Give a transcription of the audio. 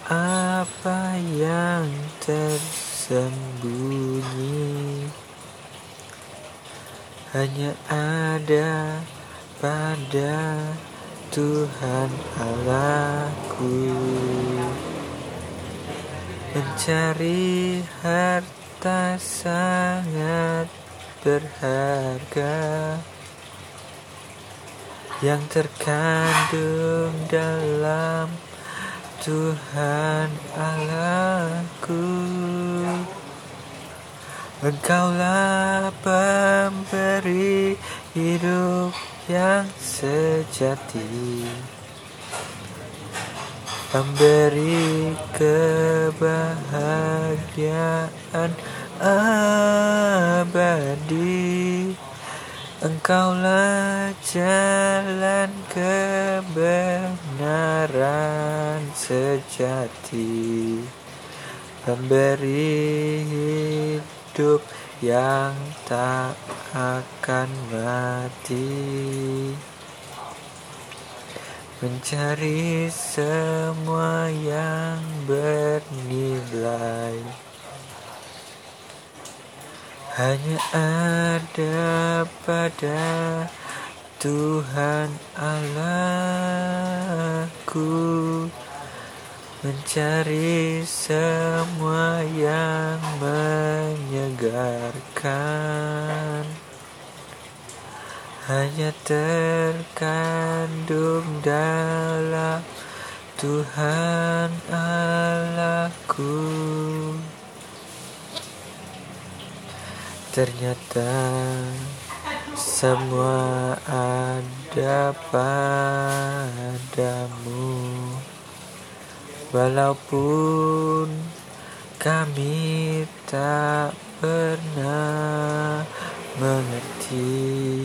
apa yang tersembunyi hanya ada pada Tuhan Allahku. Mencari harta sangat berharga yang terkandung dalam Tuhan Allahku. Engkaulah pemberi hidup yang sejati, pemberi kebahagiaan abadi. Engkaulah jalan kebenaran sejati, pemberi hidup yang tak akan mati. Mencari semua yang bernilai hanya ada pada Tuhan Allahku. Mencari semua yang menyegarkan hanya terkandung dalam Tuhan Allahku. Ternyata semua ada padamu, walaupun kami tak pernah mengerti.